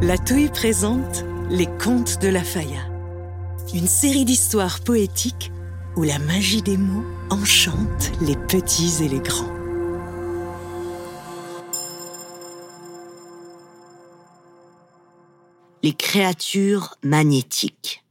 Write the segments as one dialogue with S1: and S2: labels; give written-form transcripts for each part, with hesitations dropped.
S1: La Touille présente Les Contes de la Faya, une série d'histoires poétiques où la magie des mots enchante les petits et les grands.
S2: Les créatures magnétiques.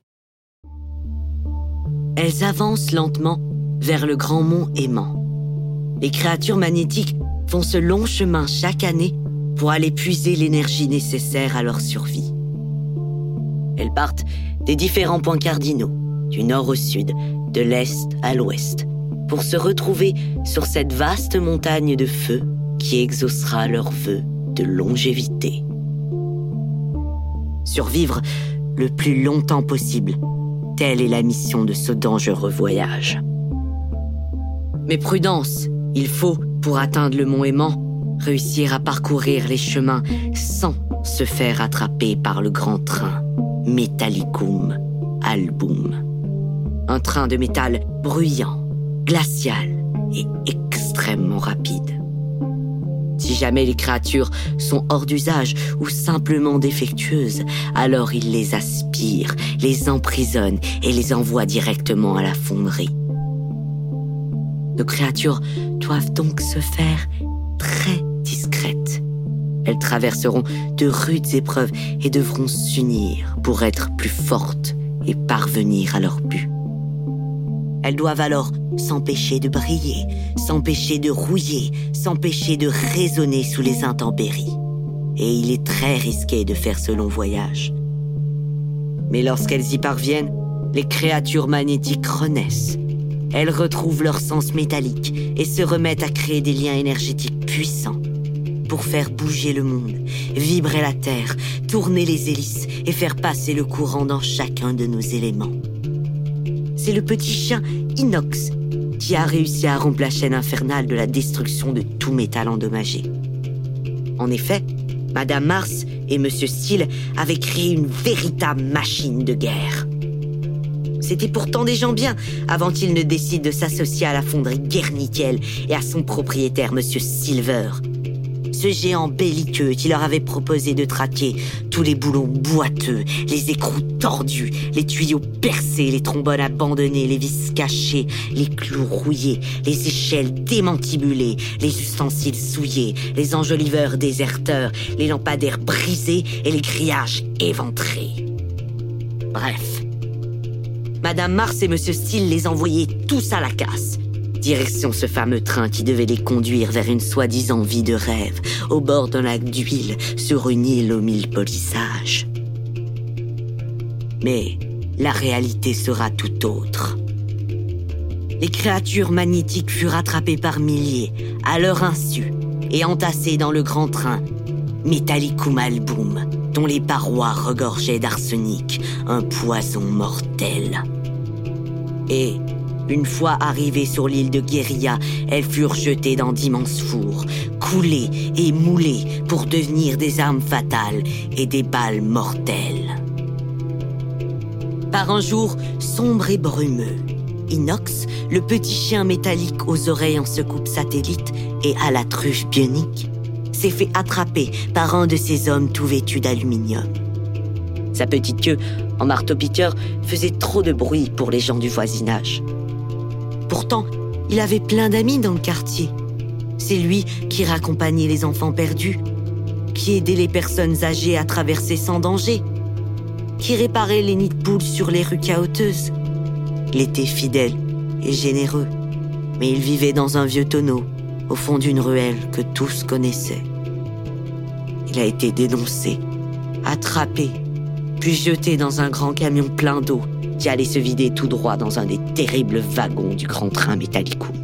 S2: Elles avancent lentement vers le grand mont Aimant. Les créatures magnétiques font ce long chemin chaque année pour aller puiser l'énergie nécessaire à leur survie. Elles partent des différents points cardinaux, du nord au sud, de l'est à l'ouest, pour se retrouver sur cette vaste montagne de feu qui exaucera leurs vœux de longévité. Survivre le plus longtemps possible, telle est la mission de ce dangereux voyage. Mais prudence, il faut, pour atteindre le mont Aimant, réussir à parcourir les chemins sans se faire attraper par le grand train Metallicum Album. Un train de métal bruyant, glacial et extrêmement rapide. Si jamais les créatures sont hors d'usage ou simplement défectueuses, alors il les aspire, les emprisonne et les envoie directement à la fonderie. Nos créatures doivent donc se faire très discrètes. Elles traverseront de rudes épreuves et devront s'unir pour être plus fortes et parvenir à leur but. Elles doivent alors s'empêcher de briller, s'empêcher de rouiller, s'empêcher de résonner sous les intempéries. Et il est très risqué de faire ce long voyage. Mais lorsqu'elles y parviennent, les créatures magnétiques renaissent. Elles retrouvent leur sens métallique et se remettent à créer des liens énergétiques puissants pour faire bouger le monde, vibrer la terre, tourner les hélices et faire passer le courant dans chacun de nos éléments. C'est le petit chien Inox qui a réussi à rompre la chaîne infernale de la destruction de tout métal endommagé. En effet, Madame Mars et Monsieur Steel avaient créé une véritable machine de guerre. C'étaient pourtant des gens bien avant qu'ils ne décident de s'associer à la fonderie Guernickel et à son propriétaire, Monsieur Silver. Ce géant belliqueux qui leur avait proposé de traquer tous les boulons boiteux, les écrous tordus, les tuyaux percés, les trombones abandonnés, les vis cachées, les clous rouillés, les échelles démantibulées, les ustensiles souillés, les enjoliveurs déserteurs, les lampadaires brisés et les grillages éventrés. Bref, Madame Mars et Monsieur Steel les envoyaient tous à la casse. Direction ce fameux train qui devait les conduire vers une soi-disant vie de rêve, au bord d'un lac d'huile, sur une île aux 1000 polissages. Mais la réalité sera tout autre. Les créatures magnétiques furent attrapées par milliers, à leur insu, et entassées dans le grand train Metallicum Album, dont les parois regorgeaient d'arsenic, un poison mortel. Et une fois arrivées sur l'île de Guérilla, elles furent jetées dans d'immenses fours, coulées et moulées pour devenir des armes fatales et des balles mortelles. Par un jour sombre et brumeux, Inox, le petit chien métallique aux oreilles en secoupe satellite et à la truffe bionique, s'est fait attraper par un de ces hommes tout vêtus d'aluminium. Sa petite queue, en marteau-piqueur, faisait trop de bruit pour les gens du voisinage. Pourtant, il avait plein d'amis dans le quartier. C'est lui qui raccompagnait les enfants perdus, qui aidait les personnes âgées à traverser sans danger, qui réparait les nids de poules sur les rues cahotteuses. Il était fidèle et généreux, mais il vivait dans un vieux tonneau, au fond d'une ruelle que tous connaissaient. Il a été dénoncé, attrapé, puis jeté dans un grand camion plein d'eau qui allait se vider tout droit dans un des terribles wagons du grand train Metallicum.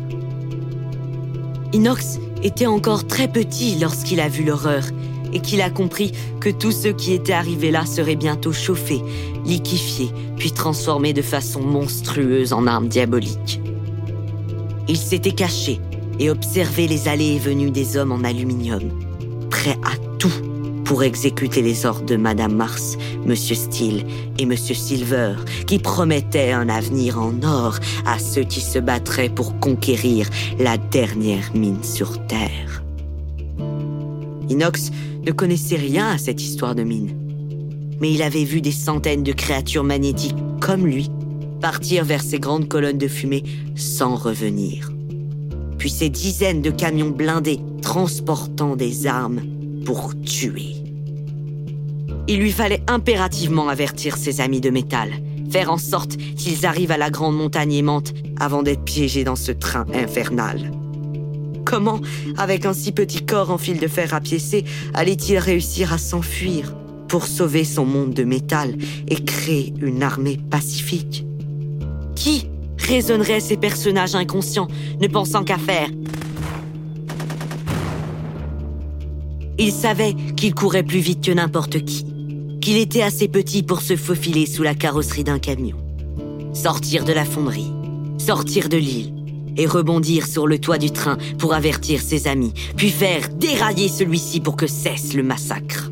S2: Inox était encore très petit lorsqu'il a vu l'horreur et qu'il a compris que tous ceux qui étaient arrivés là seraient bientôt chauffés, liquéfiés, puis transformés de façon monstrueuse en armes diaboliques. Il s'était caché et observait les allées et venues des hommes en aluminium, prêts à tout pour exécuter les ordres de Madame Mars, Monsieur Steel et Monsieur Silver, qui promettaient un avenir en or à ceux qui se battraient pour conquérir la dernière mine sur Terre. Inox ne connaissait rien à cette histoire de mine. mais il avait vu des centaines de créatures magnétiques comme lui partir vers ces grandes colonnes de fumée sans revenir. Puis ces dizaines de camions blindés transportant des armes pour tuer. Il lui fallait impérativement avertir ses amis de métal, faire en sorte qu'ils arrivent à la grande montagne aimante avant d'être piégés dans ce train infernal. Comment, avec un si petit corps en fil de fer rapiécé, allait-il réussir à s'enfuir pour sauver son monde de métal et créer une armée pacifique? Qui raisonnerait ces personnages inconscients, ne pensant qu'à faire? Il savait qu'il courait plus vite que n'importe qui, qu'il était assez petit pour se faufiler sous la carrosserie d'un camion, sortir de la fonderie, sortir de l'île et rebondir sur le toit du train pour avertir ses amis, puis faire dérailler celui-ci pour que cesse le massacre.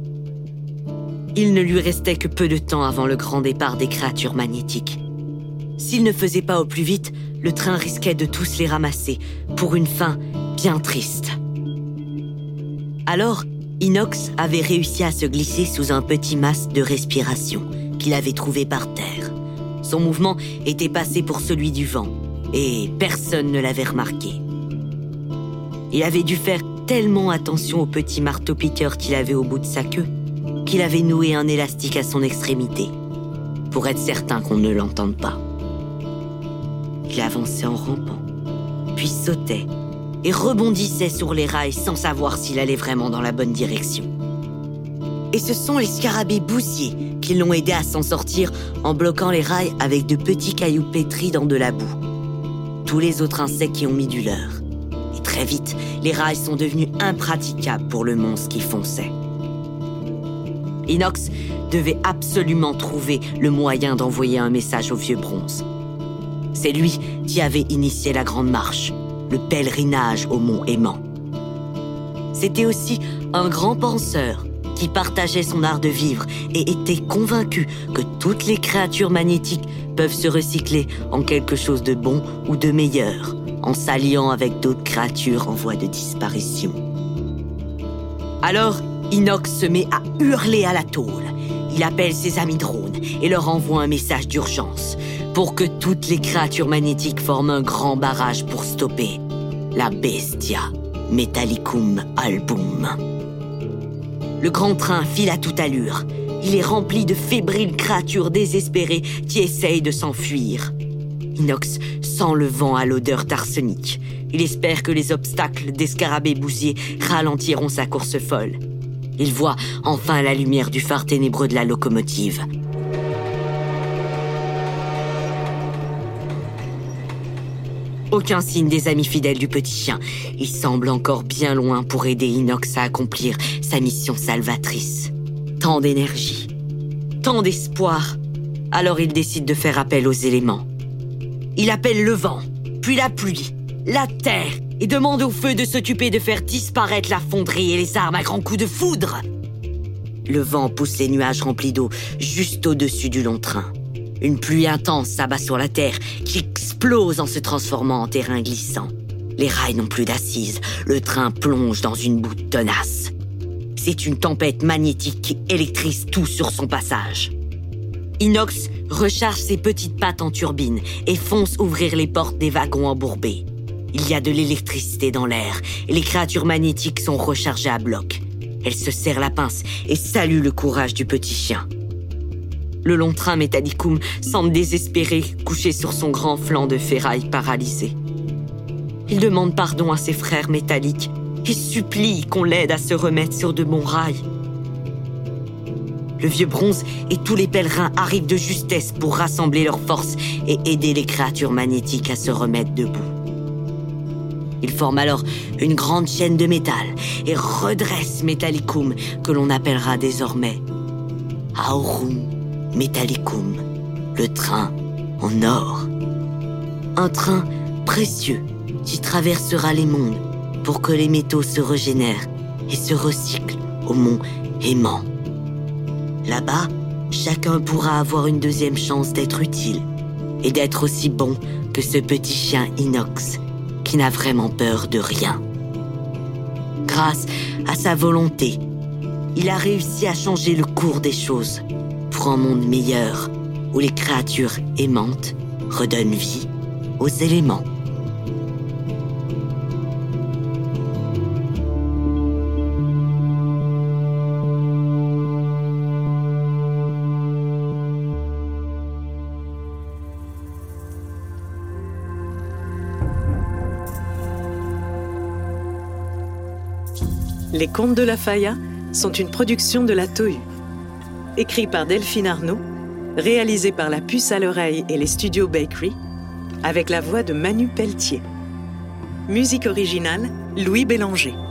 S2: Il ne lui restait que peu de temps avant le grand départ des créatures magnétiques. S'il ne faisait pas au plus vite, le train risquait de tous les ramasser, pour une fin bien triste. Alors, Inox avait réussi à se glisser sous un petit masque de respiration qu'il avait trouvé par terre. Son mouvement était passé pour celui du vent, et personne ne l'avait remarqué. Il avait dû faire tellement attention au petit marteau-piqueur qu'il avait au bout de sa queue qu'il avait noué un élastique à son extrémité, pour être certain qu'on ne l'entende pas. Il avançait en rampant, puis sautait et rebondissait sur les rails sans savoir s'il allait vraiment dans la bonne direction. Et ce sont les scarabées bousiers qui l'ont aidé à s'en sortir en bloquant les rails avec de petits cailloux pétris dans de la boue. Tous les autres insectes y ont mis du leur. Et très vite, les rails sont devenus impraticables pour le monstre qui fonçait. Inox devait absolument trouver le moyen d'envoyer un message au vieux bronze. C'est lui qui avait initié la grande marche, le pèlerinage au mont Aimant. C'était aussi un grand penseur qui partageait son art de vivre et était convaincu que toutes les créatures magnétiques peuvent se recycler en quelque chose de bon ou de meilleur, en s'alliant avec d'autres créatures en voie de disparition. Alors, Inox se met à hurler à la tôle. Il appelle ses amis drones et leur envoie un message d'urgence pour que toutes les créatures magnétiques forment un grand barrage pour stopper la Bestia Metallicum Album. Le grand train file à toute allure. Il est rempli de fébriles créatures désespérées qui essayent de s'enfuir. Inox sent le vent à l'odeur d'arsenic. Il espère que les obstacles des scarabées bousiers ralentiront sa course folle. Il voit enfin la lumière du phare ténébreux de la locomotive. Aucun signe des amis fidèles du petit chien. Il semble encore bien loin pour aider Inox à accomplir sa mission salvatrice. Tant d'énergie, tant d'espoir. Alors il décide de faire appel aux éléments. Il appelle le vent, puis la pluie, la terre, et demande au feu de s'occuper de faire disparaître la fonderie et les armes à grands coups de foudre. Le vent pousse les nuages remplis d'eau juste au-dessus du long train. Une pluie intense s'abat sur la terre qui explose en se transformant en terrain glissant. Les rails n'ont plus d'assises, le train plonge dans une boue tenace. C'est une tempête magnétique qui électrise tout sur son passage. Inox recharge ses petites pattes en turbine et fonce ouvrir les portes des wagons embourbés. Il y a de l'électricité dans l'air et les créatures magnétiques sont rechargées à bloc. Elle se serre la pince et salue le courage du petit chien. Le long train Metallicum semble désespéré, couché sur son grand flanc de ferraille paralysé. Il demande pardon à ses frères métalliques et supplie qu'on l'aide à se remettre sur de bons rails. Le vieux bronze et tous les pèlerins arrivent de justesse pour rassembler leurs forces et aider les créatures magnétiques à se remettre debout. Ils forment alors une grande chaîne de métal et redressent Metallicum, que l'on appellera désormais Aurum Metallicum, le train en or. Un train précieux qui traversera les mondes pour que les métaux se régénèrent et se recyclent au mont Aimant. Là-bas, chacun pourra avoir une deuxième chance d'être utile et d'être aussi bon que ce petit chien Inox qui n'a vraiment peur de rien. Grâce à sa volonté, il a réussi à changer le cours des choses pour un monde meilleur où les créatures aimantes redonnent vie aux éléments.
S1: Les Contes de la Faya sont une production de la Tohu. Écrit par Delphine Arnaud, réalisé par La Puce à l'oreille et les studios Bakery, avec la voix de Manu Pelletier. Musique originale, Louis Bélanger.